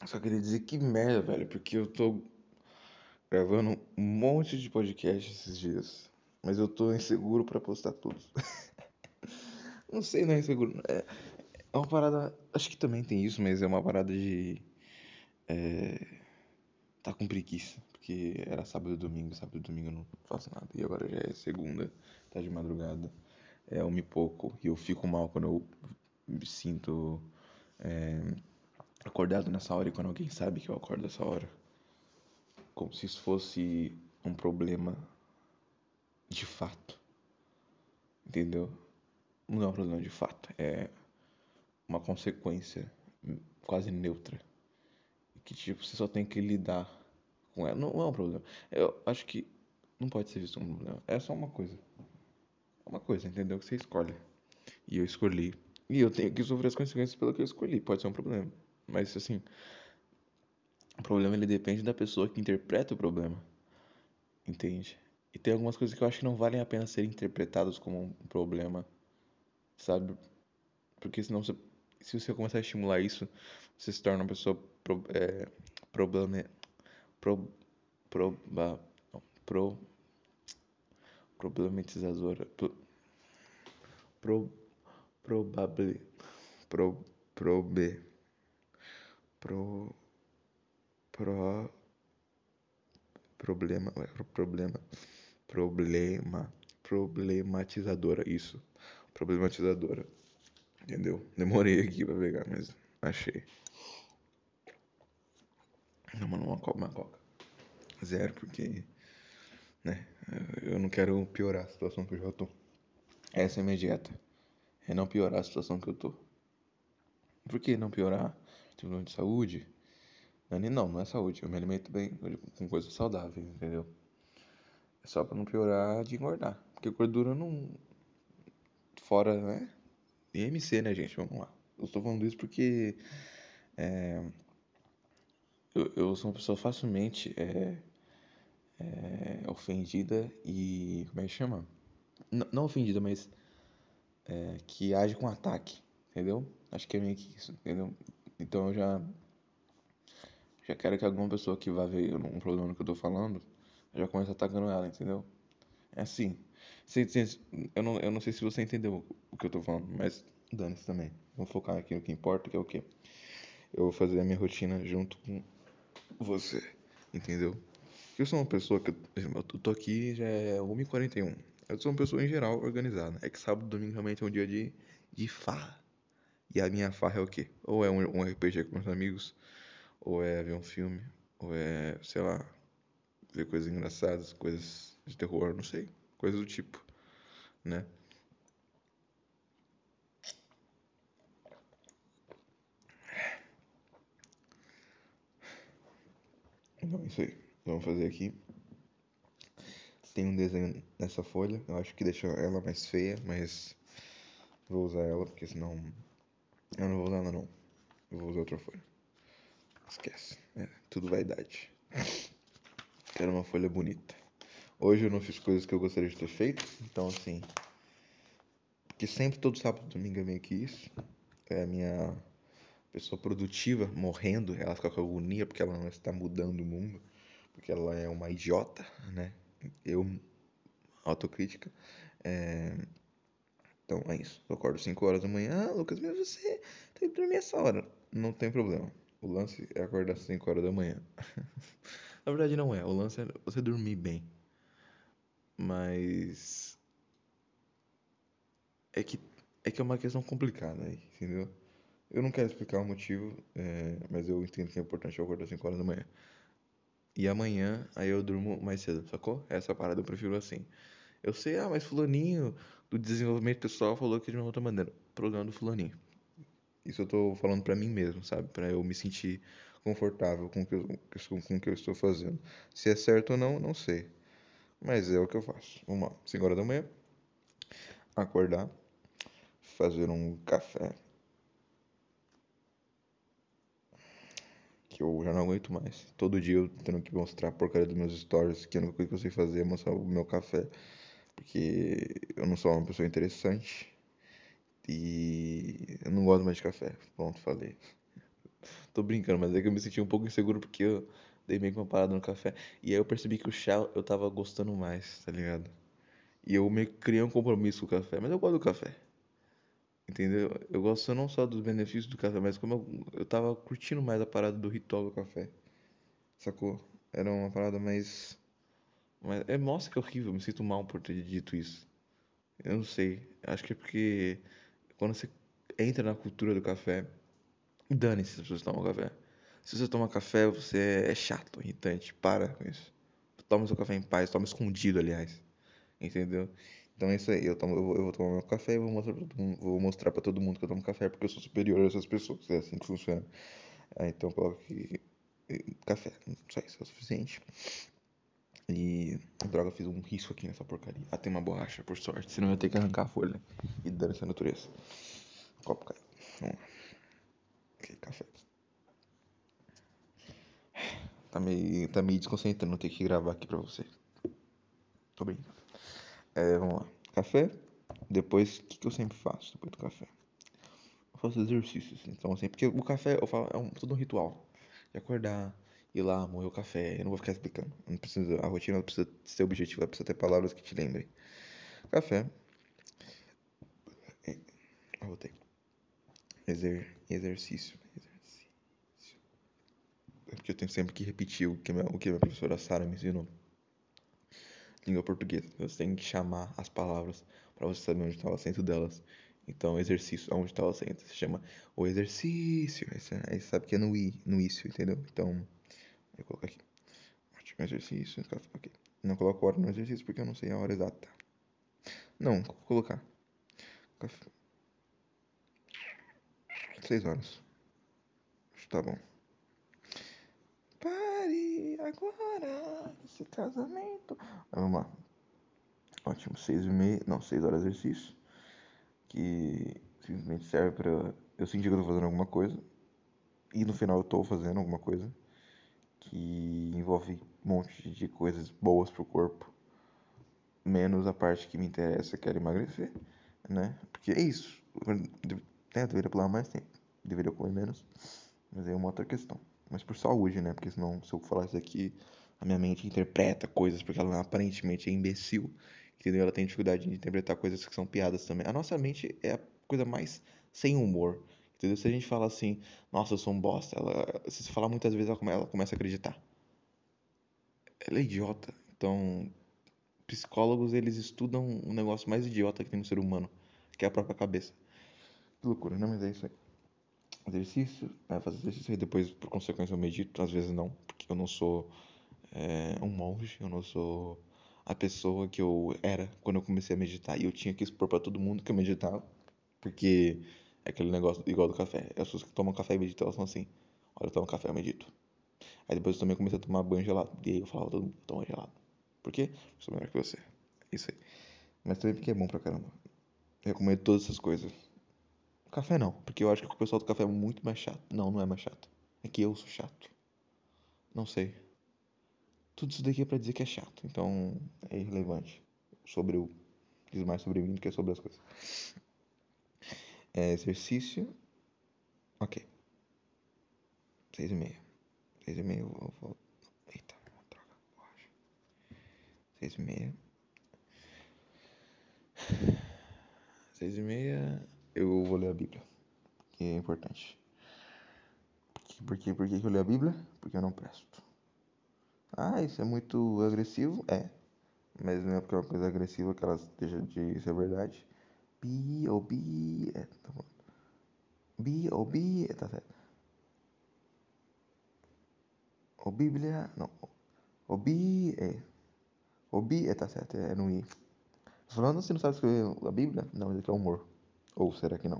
Só queria dizer que merda, velho, porque eu tô gravando um monte de podcast esses dias. Mas eu tô inseguro pra postar todos. Não sei, não é inseguro. É uma parada. Acho que também tem isso, mas é uma parada de. Tá com preguiça. Porque era sábado e domingo eu não faço nada. E agora já é segunda, tá de madrugada. É uma e pouco. E eu fico mal quando eu me sinto acordado nessa hora e quando alguém sabe que eu acordo nessa hora. Como se isso fosse um problema de fato. Entendeu? Não é um problema de fato, é uma consequência quase neutra. Que tipo, você só tem que lidar com ela. Não, não é um problema. Eu acho que não pode ser visto como um problema. É só uma coisa. É uma coisa, entendeu? Que você escolhe. E eu escolhi. E eu tenho que sofrer as consequências pelo que eu escolhi. Pode ser um problema. Mas assim, o problema ele depende da pessoa que interpreta o problema. Entende? E tem algumas coisas que eu acho que não valem a pena serem interpretadas como um problema, sabe? Porque senão você, se você começar a estimular isso, você se torna uma pessoa problema, pro, proba, pro, problematizadora, pro, probable, pro, probe, pro, pro, problema, problematizadora, isso, problematizadora, entendeu? Demorei aqui pra pegar, mas achei. Não, mano, uma coca. Zero, porque, né, eu não quero piorar a situação que eu já tô. Essa é a minha dieta. É não piorar a situação que eu tô. Por que não piorar? Tem problema de saúde? Não é saúde. Eu me alimento bem com coisas saudáveis, entendeu? É só pra não piorar de engordar. Porque gordura não. Fora, né? IMC, né, gente? Vamos lá. Eu tô falando isso porque eu sou uma pessoa facilmente ofendida e. Como é que chama? Não ofendida, mas que age com ataque, entendeu? Acho que é meio que isso, entendeu? Então eu já quero que alguma pessoa que vá ver um problema no que eu tô falando já comece atacando ela, entendeu? É assim. Eu não sei se você entendeu o que eu tô falando, mas dane-se também. Vou focar aqui no que importa, que é o quê? Eu vou fazer a minha rotina junto com você, entendeu? Eu sou uma pessoa que. Eu tô aqui já é 1h41. Eu sou uma pessoa em geral organizada. É que sábado e domingo realmente é um dia de farra. E a minha farra é o quê? Ou é um RPG com meus amigos, ou é ver um filme, ou é, sei lá, ver coisas engraçadas, coisas de terror, não sei. Coisas do tipo, né? Então é isso aí. Vamos fazer aqui. Tem um desenho nessa folha. Eu acho que deixa ela mais feia, mas vou usar ela porque senão. Eu não vou usar ela não. Eu vou usar outra folha. Esquece. É, tudo vaidade. Quero uma folha bonita. Hoje eu não fiz coisas que eu gostaria de ter feito, então assim. Porque sempre todo sábado e domingo é meio que isso. É a minha pessoa produtiva morrendo, ela fica com agonia porque ela não está mudando o mundo, porque ela é uma idiota, né? Eu, autocrítica. É, então é isso. Eu acordo 5 horas da manhã. Ah, Lucas, mas você tem que dormir essa hora. Não tem problema. O lance é acordar 5 horas da manhã. Na verdade não é. O lance é você dormir bem. Mas é que é uma questão complicada aí, entendeu? Eu não quero explicar o motivo, mas eu entendo que é importante eu acordar 5 horas da manhã. E amanhã, aí eu durmo mais cedo, sacou? Essa parada eu prefiro assim. Eu sei, mas fulaninho do desenvolvimento pessoal falou que de uma outra maneira. Problema do fulaninho. Isso eu tô falando pra mim mesmo, sabe? Pra eu me sentir confortável com o que eu estou fazendo. Se é certo ou não, não sei. Mas é o que eu faço. Vamos lá. 5 horas da manhã, acordar, fazer um café, que eu já não aguento mais. Todo dia eu tendo que mostrar a porcaria dos meus stories, que a única coisa que eu sei fazer é mostrar o meu café. Porque eu não sou uma pessoa interessante e eu não gosto mais de café. Pronto, falei. Tô brincando, mas é que eu me senti um pouco inseguro porque eu dei meio que uma parada no café. E aí eu percebi que o chá eu tava gostando mais, tá ligado? E eu meio que criei um compromisso com o café, mas eu gosto do café. Entendeu? Eu gosto não só dos benefícios do café, mas como eu tava curtindo mais a parada do ritual do café. Sacou? Era uma parada mais. Nossa, que horrível, eu me sinto mal por ter dito isso. Eu não sei. Acho que é porque quando você entra na cultura do café, dane-se se as pessoas tomam café. Se você toma café, você é chato, irritante. Para com isso. Toma seu café em paz, toma escondido, aliás. Entendeu? Então é isso aí. Eu vou tomar meu café e vou mostrar pra todo mundo que eu tomo café porque eu sou superior a essas pessoas. É assim que funciona. Então coloca aqui café. Só isso é o suficiente. E, droga, eu fiz um risco aqui nessa porcaria. Ah, tem uma borracha, por sorte. Senão eu ia ter que arrancar a folha. E dane-se a natureza. O copo caiu. Vamos lá. Ok, café. Tá meio desconcentrando ter que gravar aqui pra você. Tô brincando. Vamos lá. Café. Depois, o que eu sempre faço depois do café? Eu faço exercícios. Então, assim, porque o café, eu falo, todo um ritual. De acordar, ir lá, moer o café. Eu não vou ficar explicando. Não precisa, a rotina não precisa ser objetiva, ela precisa ter palavras que te lembrem. Café. Voltei. Exercício. É porque eu tenho sempre que repetir o que a minha professora Sara me ensinou. Língua portuguesa. Você tem que chamar as palavras para você saber onde está o acento delas. Então, exercício, onde está o acento? Você chama o exercício. Aí você sabe que é no ício, entendeu? Então, eu coloco aqui. Ótimo, exercício. Ok. Não coloco hora no exercício porque eu não sei a hora exata. Não, vou colocar. Café. 6 horas. Tá bom. Pare agora esse casamento. Vamos lá. Ótimo, 6h30. Não, 6 horas de exercício. Que simplesmente serve pra eu sentir que eu tô fazendo alguma coisa. E no final eu tô fazendo alguma coisa que envolve um monte de coisas boas pro corpo. Menos a parte que me interessa, que era emagrecer, né? Porque é isso. Eu deveria pular mais tempo. Deveria comer menos. Mas aí é uma outra questão. Mas por saúde, né? Porque senão, se eu falar isso aqui, a minha mente interpreta coisas porque ela aparentemente é imbecil. Entendeu? Ela tem dificuldade de interpretar coisas que são piadas também. A nossa mente é a coisa mais sem humor. Entendeu? Se a gente fala assim, nossa, eu sou um bosta, se você falar muitas vezes, ela começa a acreditar. Ela é idiota. Então, psicólogos, eles estudam um negócio mais idiota que tem no ser humano, que é a própria cabeça. Que loucura, não, mas é isso aí. Exercício, fazer exercício e depois, por consequência, eu medito. Às vezes não, porque eu não sou um monge, eu não sou a pessoa que eu era quando eu comecei a meditar. E eu tinha que expor pra todo mundo que eu meditava, porque é aquele negócio igual do café. As pessoas que tomam café e meditam, elas são assim: olha, eu tomo café, eu medito. Aí depois eu também comecei a tomar banho gelado. E aí eu falava, todo mundo toma gelado. Por quê? Porque eu sou melhor que você. É isso aí. Mas também porque é bom pra caramba. Eu recomendo todas essas coisas. Café não, porque eu acho que o pessoal do café é muito mais chato. Não, não é mais chato. É que eu sou chato. Não sei. Tudo isso daqui é pra dizer que é chato, então é irrelevante. Sobre o. Diz mais sobre mim do que sobre as coisas. Exercício. Ok. 6h30. 6h30 eu vou. Eita, droga, borracha. 6h30. 6h30 eu vou ler a Bíblia, que é importante. Por que eu leio a Bíblia? Porque eu não presto. Ah, isso é muito agressivo? É. Mas não é porque é uma coisa agressiva que ela deixa de ser verdade. Tá bom. Tá certo. O Bíblia, não. Obi, tá certo, é no I. Tô falando, você não sabe escrever a Bíblia? Não, isso aqui é humor. Ou será que não?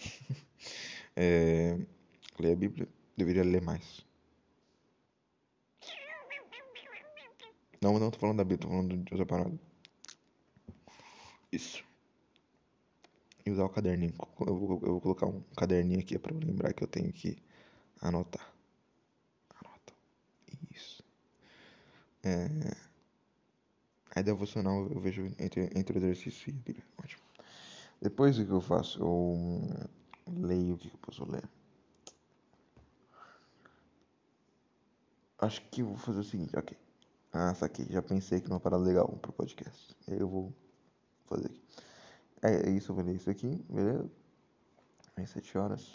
É, ler a Bíblia, deveria ler mais. Não, não tô falando da Bíblia, tô falando de outra parada. Isso. E usar o caderninho. Eu vou colocar um caderninho aqui pra eu lembrar que eu tenho que anotar. Anota. Isso. Aí devocional eu vejo entre o exercício e a Bíblia. Ótimo. Depois o que eu faço? Eu leio o que eu posso ler. Acho que eu vou fazer o seguinte, ok. Ah, saquei. Já pensei aqui numa parada legal pro podcast. E aí eu vou fazer aqui. É isso, eu vou ler isso aqui, beleza? Aí 7 horas.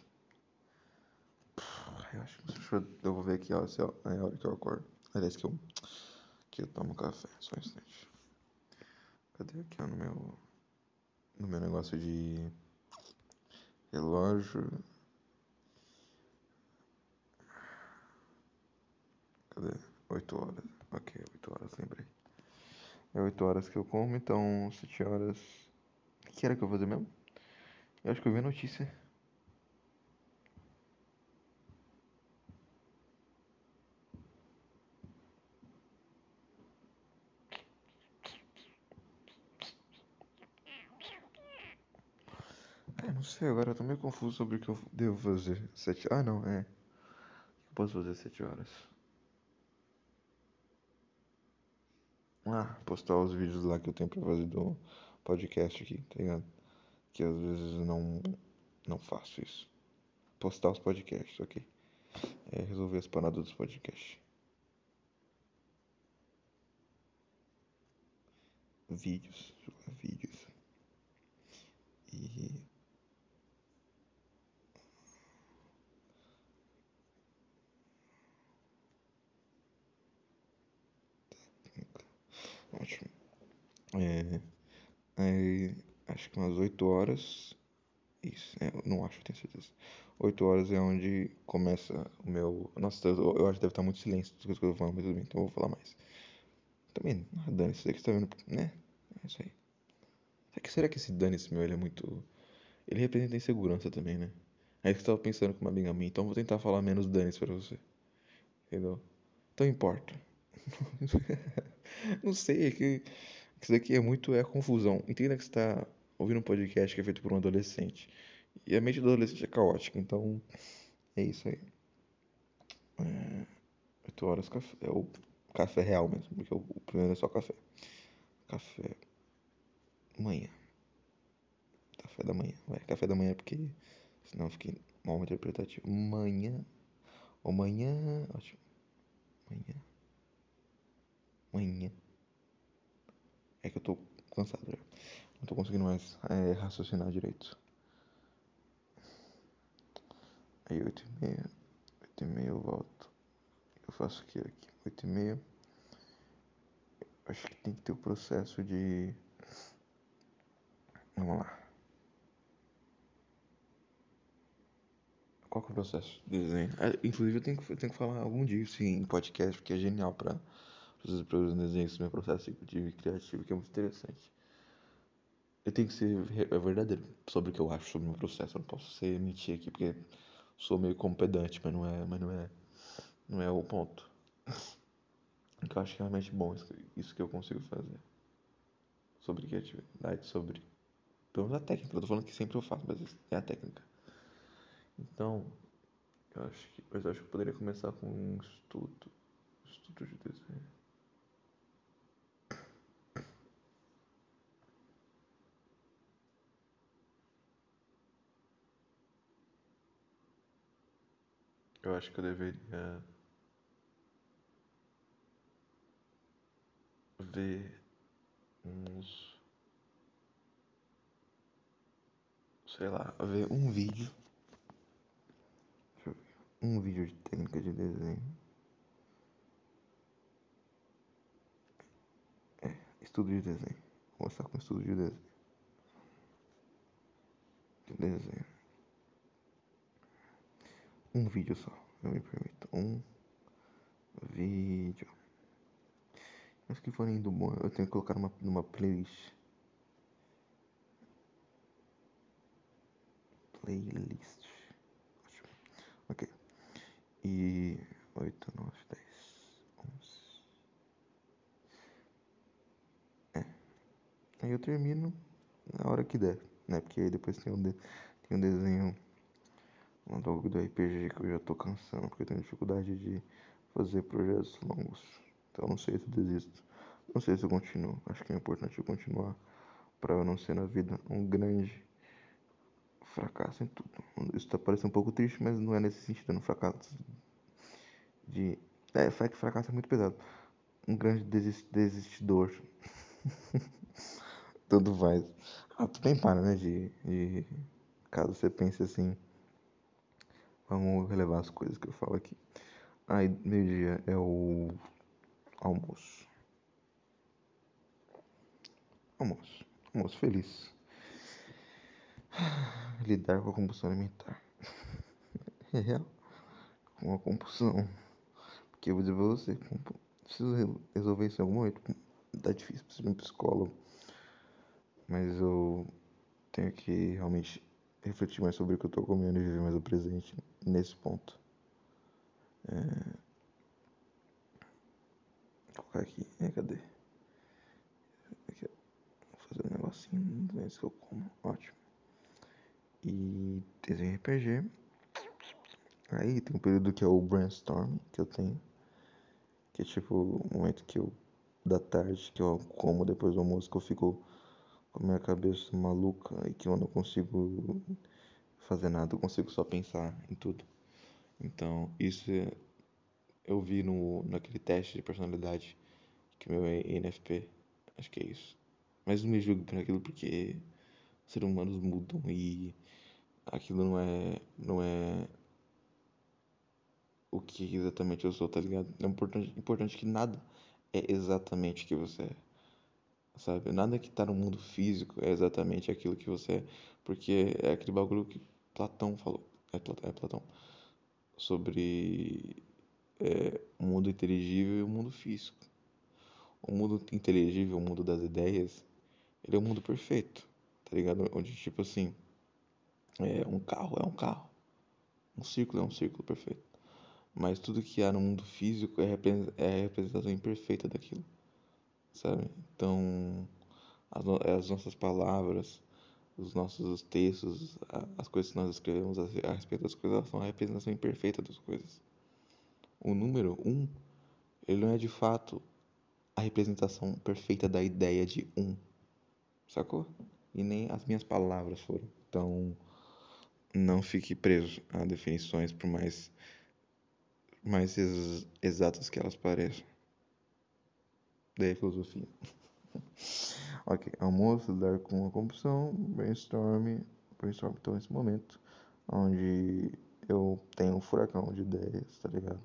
Eu acho que eu vou ver aqui, ó, se é a hora que eu acordo. Aliás, que eu tomo café, só um instante. Cadê aqui, ó, no meu negócio de relógio? Cadê? 8 horas. Ok, 8 horas, lembrei. É 8 horas que eu como, então 7 horas. O que era que eu vou fazer mesmo? Eu acho que eu vi a notícia. Não sei, agora eu tô meio confuso sobre o que eu devo fazer. Ah, não, é. O que eu posso fazer 7 horas? Ah, postar os vídeos lá que eu tenho pra fazer do podcast aqui, tá ligado? Que às vezes eu não faço isso. Postar os podcasts, ok? É resolver as paradas dos podcasts. Vídeos, jogar vídeos. E. Ótimo. É. Aí, acho que umas 8 horas. Isso, eu não acho, eu tenho certeza. 8 horas é onde começa o meu. Nossa, eu acho que deve estar muito silêncio das coisas que eu vou falar, mas tudo bem, então eu vou falar mais. Também, dane-se, você que está vendo, né? É isso aí. Será que esse dane-se meu, ele é muito. Ele representa insegurança também, né? É isso que eu tava pensando com uma amiga minha, então eu vou tentar falar menos dane-se pra você, entendeu? Então importa. Não sei, que isso daqui é muito confusão. Entenda que você tá ouvindo um podcast que é feito por um adolescente. E a mente do adolescente é caótica, então é isso aí. 8 horas café. É o café real mesmo, porque o primeiro é só café. Café manhã. Café da manhã. Vai, café da manhã porque senão eu fiquei mal interpretativo. Manhã. Ou manhã. Ótimo. Manhã. Manhã. É que eu tô cansado já. Não tô conseguindo mais raciocinar direito. Aí 8h30. 8h30 eu volto. Eu faço aqui. 8h30. Acho que tem que ter o processo de. Vamos lá. Qual que é o processo de desenho? Inclusive eu tenho que falar algum disso em podcast, porque é genial pra para os desenhos do meu processo de criativo, que é muito interessante. Eu tenho que ser verdadeiro sobre o que eu acho sobre o meu processo. Eu não posso ser mentir aqui, porque sou meio como pedante, mas não é o ponto. Que eu acho realmente bom isso que eu consigo fazer. Sobre criatividade, sobre. Pelo menos a técnica. Eu tô falando que sempre eu faço, mas é a técnica. Então, eu acho que eu poderia começar com um estudo. Estudo de desenho. Eu acho que eu deveria ver uns. Sei lá, ver um vídeo. Deixa eu ver. Um vídeo de técnica de desenho. Estudo de desenho. Vou começar com estudo de desenho. Um vídeo só, eu me permito. Um vídeo. Mas que for indo bom, eu tenho que colocar numa playlist. Playlist. Ótimo. Ok. E 8, 9, 10, 11. Aí eu termino na hora que der, né? Porque aí depois tem um desenho, um jogo do RPG que eu já tô cansando, porque eu tenho dificuldade de fazer projetos longos. Então não sei se eu desisto. Não sei se eu continuo. Acho que é importante eu continuar para eu não ser na vida um grande fracasso em tudo. Isso tá parecendo um pouco triste, mas não é nesse sentido, é no fracasso de Fracasso é muito pesado. Um grande desistidor. Tanto faz. Tu nem para, né? Caso você pense assim, vamos relevar as coisas que eu falo aqui. Aí, meio-dia é o almoço. Almoço. Almoço feliz. Lidar com a compulsão alimentar. É real. Com uma compulsão. Porque eu vou dizer pra você, preciso resolver isso em algum momento. Tá difícil, preciso de um psicólogo. Mas eu tenho que realmente refletir mais sobre o que eu tô comendo e viver mais o presente nesse ponto. Vou colocar aqui. Cadê? Aqui, vou fazer um negocinho antes que eu como. Ótimo. E desenho RPG. Aí tem um período que é o brainstorm que eu tenho. Que é tipo o momento que eu, da tarde, que eu como depois do almoço, que eu fico com a minha cabeça maluca e que eu não consigo fazer nada, eu consigo só pensar em tudo. Então, eu vi naquele teste de personalidade que o meu é ENFP, acho que é isso. Mas não me julgue por aquilo porque seres humanos mudam e aquilo não é o que exatamente eu sou, tá ligado? É importante que nada é exatamente o que você é, sabe? Nada que tá no mundo físico é exatamente aquilo que você é, porque é aquele bagulho que Platão falou, é Platão, sobre o mundo inteligível e o mundo físico. O mundo inteligível, o mundo das ideias, ele é um mundo perfeito, tá ligado? Onde, tipo assim, um carro é um carro, um círculo é um círculo perfeito. Mas tudo que há no mundo físico é a representação imperfeita daquilo, sabe? Então, as nossas palavras, os nossos textos, as coisas que nós escrevemos a respeito das coisas, elas são a representação imperfeita das coisas. O número um, ele não é de fato a representação perfeita da ideia de um, sacou? E nem as minhas palavras foram. Então, não fique preso a definições por mais exatas que elas pareçam. Daí a filosofia. Ok, almoço, lidar com a compulsão, brainstorm então nesse momento, onde eu tenho um furacão de ideias, tá ligado?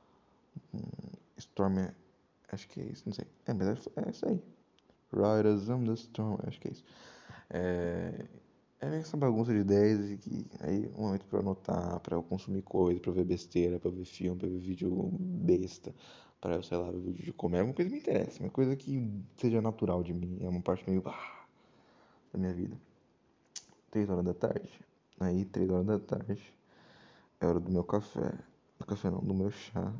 Storm acho que é isso, não sei. Mas é isso aí. Riders on the Storm, acho que é isso. É, meio que essa bagunça de ideias e que aí um momento pra anotar, pra eu consumir coisa, pra eu ver besteira, pra eu ver filme, pra eu ver vídeo besta, pra eu, sei lá, ver vídeo de comer, alguma coisa que me interessa, uma coisa que seja natural de mim, é uma parte meio da minha vida. 3 horas da tarde, aí 3 horas da tarde é hora do meu café, do café não, do meu chá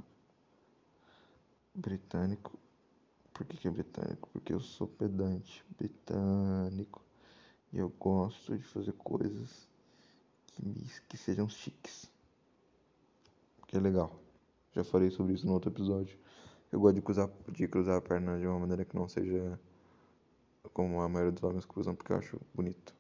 britânico. Por que é britânico? Porque eu sou pedante britânico e eu gosto de fazer coisas que sejam chiques, que é legal. Já falei sobre isso no outro episódio. Eu gosto de cruzar a perna de uma maneira que não seja como a maioria dos homens cruzam, porque eu acho bonito.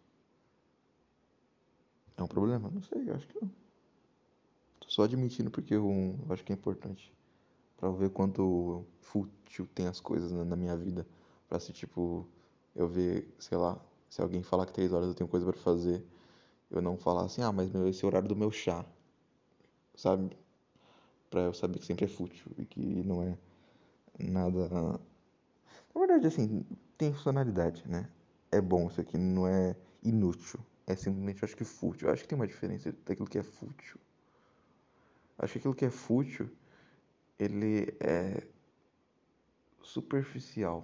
É um problema? Não sei, eu acho que não. Tô só admitindo porque eu acho que é importante. Pra ver quanto fútil tem as coisas na minha vida. Pra se, tipo, eu ver, sei lá, se alguém falar que 3 horas eu tenho coisa pra fazer, eu não falar assim, mas esse é o horário do meu chá, sabe? Pra eu saber que sempre é fútil e que não é nada. Na verdade, assim, tem funcionalidade, né? É bom isso aqui, não é inútil. É simplesmente, eu acho que fútil. Eu acho que tem uma diferença daquilo que é fútil. Eu acho que aquilo que é fútil, ele é superficial,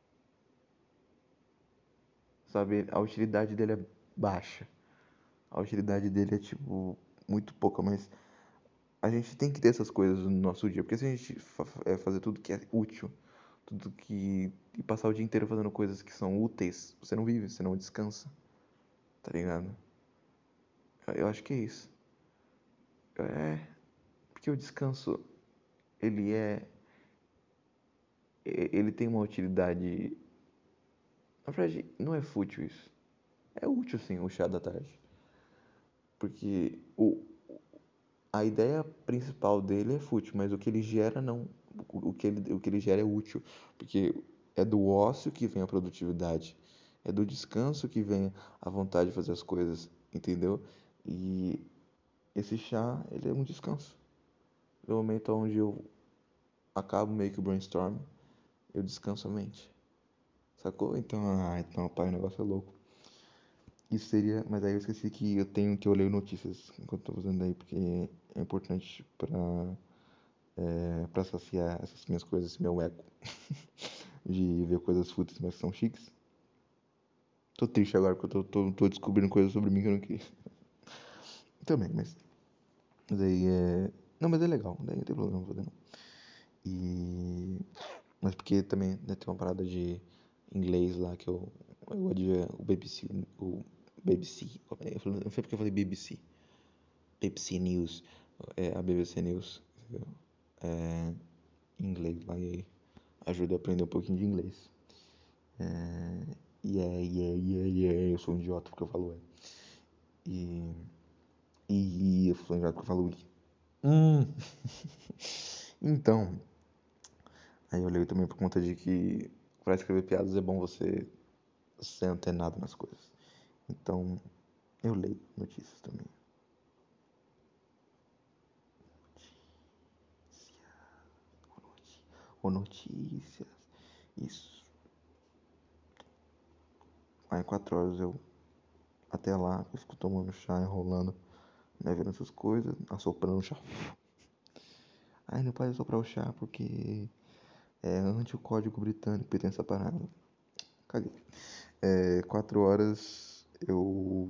sabe? A utilidade dele é baixa. A utilidade dele é, tipo, muito pouca, mas a gente tem que ter essas coisas no nosso dia, porque se a gente fazer tudo que é útil, tudo que e passar o dia inteiro fazendo coisas que são úteis, você não vive, você não descansa, tá ligado? Eu acho que é isso. É, porque o descanso, ele é ele tem uma utilidade, na verdade, não é fútil isso. É útil sim, o chá da tarde. Porque a ideia principal dele é fútil, mas o que ele gera não. O que ele gera é útil, porque é do ócio que vem a produtividade, é do descanso que vem a vontade de fazer as coisas, entendeu? E esse chá, ele é um descanso. No momento onde eu acabo meio que o brainstorm, eu descanso a mente. Sacou? Então, pai, o negócio é louco. Isso seria, mas aí eu esqueci que eu tenho que eu leio notícias enquanto tô fazendo aí, porque é importante pra saciar essas minhas coisas, esse meu ego de ver coisas fúteis, mas que são chiques. Tô triste agora porque eu tô descobrindo coisas sobre mim que eu não queria. Também, mas aí é. Não, mas é legal, daí não tem problema fazer não. E. Mas porque também né, tem uma parada de inglês lá que eu odia o BBC. O BBC. Eu sei porque eu falei BBC. BBC News. É a BBC News. Entendeu? É, em inglês lá e aí ajuda a aprender um pouquinho de inglês. Eu sou um idiota porque eu falo E. Eu sou um idiota porque eu falo i. Hum. Então, aí eu leio também por conta de que para escrever piadas é bom você ser antenado nas coisas. Então, eu leio notícias também. Ou notícias. Isso. Aí 4 horas eu. Até lá, eu fico tomando chá, enrolando, né, vendo essas coisas, assoprando chá. Ai, não pode assoprar o chá porque é anti o código britânico e tem essa parada. Caguei. 4 horas eu.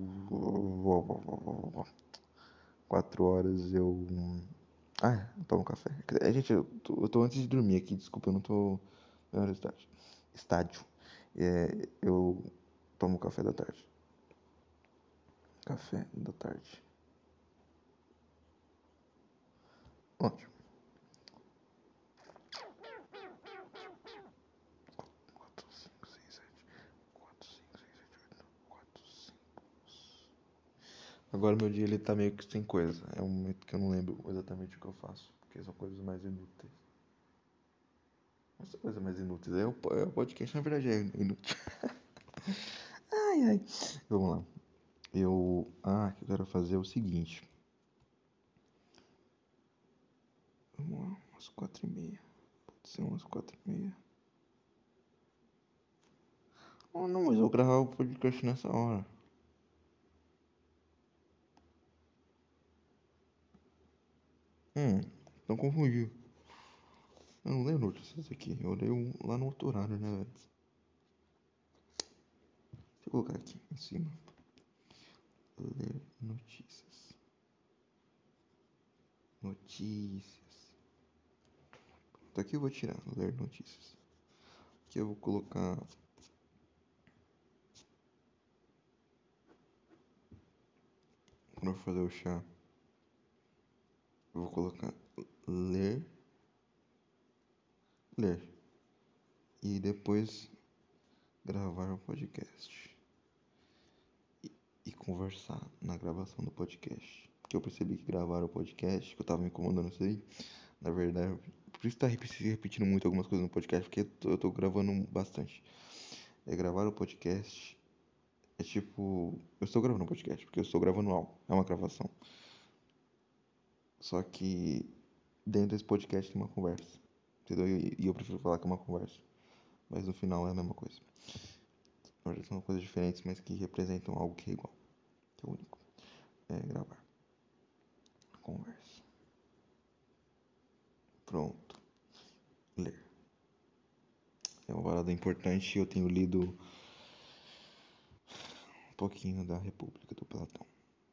4 horas eu. Eu tomo café. Gente, eu tô antes de dormir aqui, desculpa, eu não tô no hora estágio. Estádio. Eu tomo café da tarde. Café da tarde. Ótimo. 4, 5, 6, 7. 4, 5, 6, 7, 8, 4, 5. Agora meu dia ele tá meio que sem coisa. É um momento que eu não lembro exatamente o que eu faço. Porque são coisas mais inúteis. Essa coisa mais inúteis. O podcast na verdade é inútil. Ai, ai. Vamos lá. O que eu quero fazer é o seguinte. Vamos lá, umas 4h30. Pode ser umas 4h30. Oh, não, mas eu vou gravar o podcast nessa hora. Então confundi. Eu não leio notícias aqui. Eu leio lá no outro horário, né, velho? Deixa eu colocar aqui em cima. Ler notícias. Notícias. Daqui eu vou tirar. Ler notícias. Aqui eu vou colocar. Quando eu for fazer o chá, eu vou colocar ler. Ler. E depois gravar o podcast. E conversar na gravação do podcast. Porque eu percebi que gravar o podcast, que eu tava me incomodando isso aí, na verdade, por isso tá repetindo muito algumas coisas no podcast, porque eu tô gravando bastante. Gravar o podcast é tipo. Eu estou gravando um podcast, porque eu estou gravando algo. É uma gravação. Só que dentro desse podcast tem uma conversa. Entendeu? E eu prefiro falar que é uma conversa. Mas no final é a mesma coisa. Na verdade são coisas diferentes, mas que representam algo que é igual. Que é único. É gravar. Conversa. Pronto. Ler. É uma parada importante e eu tenho lido um pouquinho da República do Platão.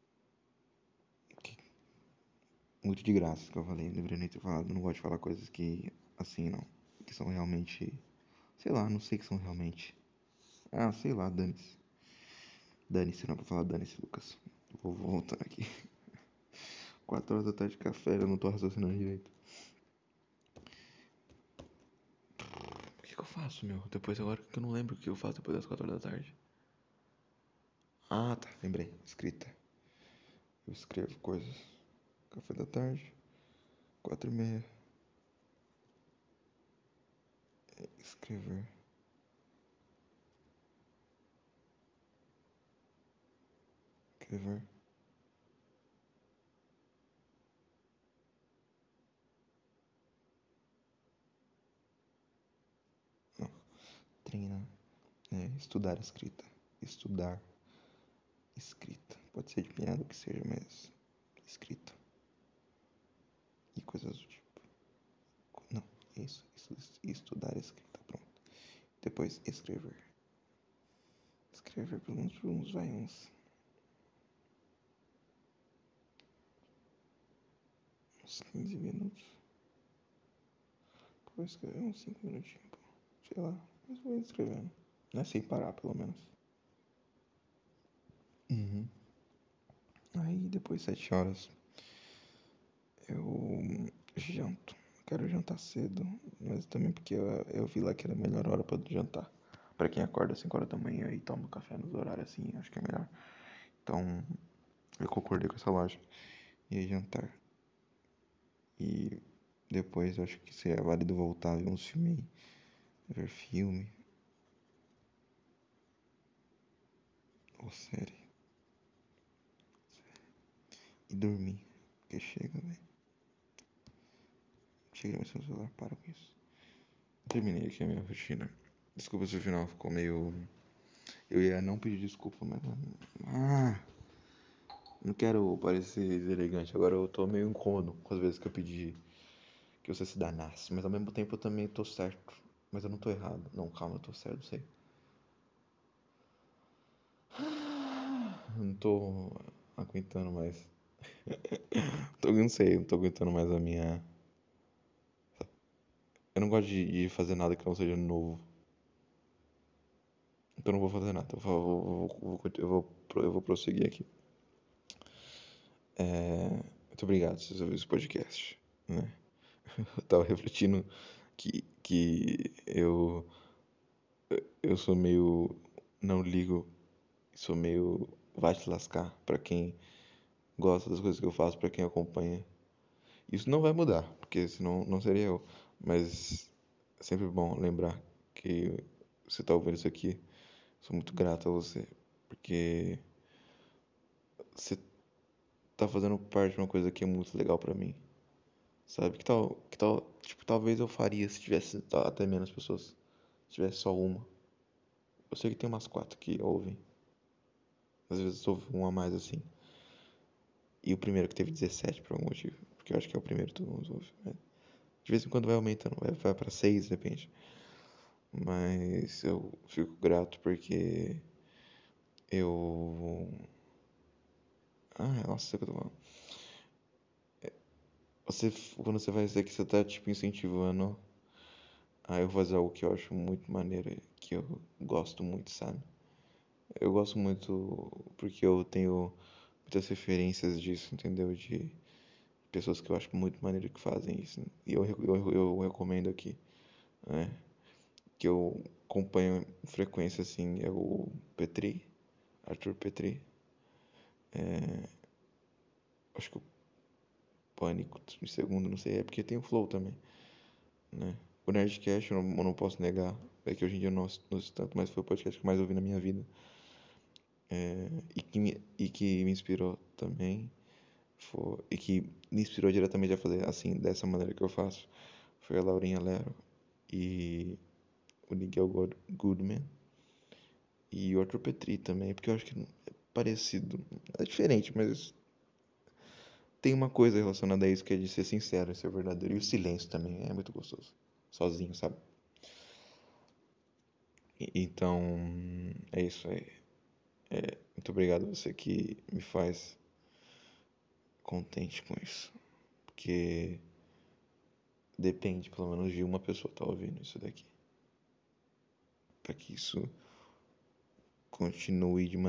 Muito de graça que eu falei, não deveria nem ter falado. Eu não gosto de falar coisas que, assim, não. Que são realmente. Sei lá, não sei que são realmente. Sei lá, dane-se. Dane-se, não é pra falar dane-se, Lucas. Vou voltar aqui. 4 horas da tarde de café, eu não tô raciocinando direito. O que eu faço, meu? Depois agora que eu não lembro o que eu faço depois das 4 horas da tarde. Tá, lembrei. Escrita. Eu escrevo coisas. Café da tarde. 4h30. Escrever. Escrever. Não. Treinar. Estudar escrita. Estudar escrita. Pode ser de piada o que seja, mas escrita. E coisas do tipo. Não, isso. Estudar escrita. Pronto. Depois escrever. Escrever pelo menos por uns 15 minutos. Vou escrever uns 5 minutinhos, pô. Sei lá, mas vou escrevendo. Não é sem parar, pelo menos. Uhum. Aí depois 7 horas eu janto. Quero jantar cedo, mas também porque eu vi lá que era a melhor hora pra jantar. Pra quem acorda às 5 horas da manhã e toma café nos horários assim, acho que é melhor. Então eu concordei com essa lógica. E aí jantar. E depois eu acho que seria válido voltar a ver uns filmes aí. Ver filme ou série. E dormir. Porque chega, velho. Chega no seu celular, para com isso. Terminei aqui a minha rotina. Desculpa se o final ficou meio. Eu ia não pedir desculpa, mas. Não quero parecer deselegante. Agora eu tô meio incômodo com as vezes que eu pedi que você se danasse. Mas ao mesmo tempo eu também tô certo. Mas eu não tô errado. Não, calma, eu tô certo, sei. Eu não tô aguentando mais. Não sei, não tô aguentando mais a minha. Eu não gosto de fazer nada que não seja novo. Então eu não vou fazer nada. Eu vou prosseguir aqui. Muito obrigado por você ouvir esse podcast, né? Eu tava refletindo que eu sou meio não ligo, sou meio vai te lascar pra quem gosta das coisas que eu faço, pra quem acompanha. Isso não vai mudar, porque senão não seria eu. Mas é sempre bom lembrar que você tá ouvindo isso aqui. Sou muito grato a você, porque você tá fazendo parte de uma coisa que é muito legal pra mim. Sabe? Tipo, talvez eu faria se tivesse até menos pessoas. Se tivesse só uma. Eu sei que tem umas 4 que ouvem. Às vezes ouve um a mais assim. E o primeiro que teve 17 por algum motivo. Porque eu acho que é o primeiro que todo mundo ouve. De vez em quando vai aumentando, vai pra 6, depende. Mas eu fico grato porque eu. Nossa, o que eu tô falando. Quando você faz isso aqui, você tá tipo incentivando a eu fazer algo que eu acho muito maneiro, que eu gosto muito, sabe? Eu gosto muito porque eu tenho muitas referências disso, entendeu? De pessoas que eu acho muito maneiro que fazem isso. E eu recomendo aqui, né? Que eu acompanho com frequência, assim, é o Petri, Arthur Petri. Acho que o Pânico, em segundo, não sei, é porque tem o Flow também, né? O Nerdcast eu não posso negar, é que hoje em dia eu não ouço tanto, mas foi o podcast que eu mais ouvi na minha vida. E que me inspirou também. E que me inspirou diretamente a fazer assim, dessa maneira que eu faço. Foi a Laurinha Lero e o Nigel Goodman e o Arthur Petri também, porque eu acho que é parecido. É diferente, mas tem uma coisa relacionada a isso que é de ser sincero e ser verdadeiro. E o silêncio também é muito gostoso. Sozinho, sabe? Então, é isso aí. Muito obrigado a você que me faz contente com isso. Porque depende, pelo menos, de uma pessoa estar ouvindo isso daqui. Para que isso continue de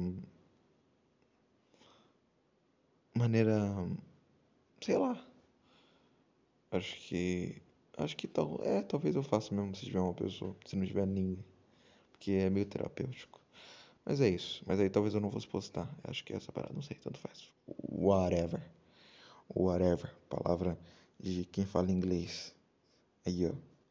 maneira, sei lá. Acho que talvez eu faça mesmo se tiver uma pessoa, se não tiver ninguém, porque é meio terapêutico. Mas é isso. Mas aí talvez eu não fosse postar. Acho que é essa parada, não sei, tanto faz. Whatever. ou whatever, palavra de quem fala inglês. Aí, ó.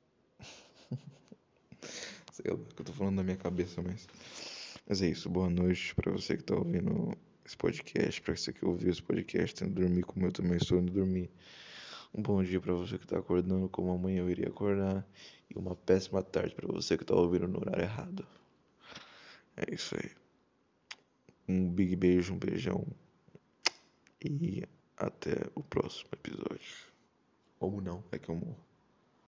Sei lá o que eu tô falando na minha cabeça, mas é isso. Boa noite pra você que tá ouvindo esse podcast, pra você que ouviu esse podcast tendo dormir como eu também estou indo dormir. Um bom dia pra você que tá acordando como amanhã eu iria acordar. E uma péssima tarde pra você que tá ouvindo no horário errado. É isso aí. Um big beijo, um beijão. E até o próximo episódio. Ou não, é que eu morro.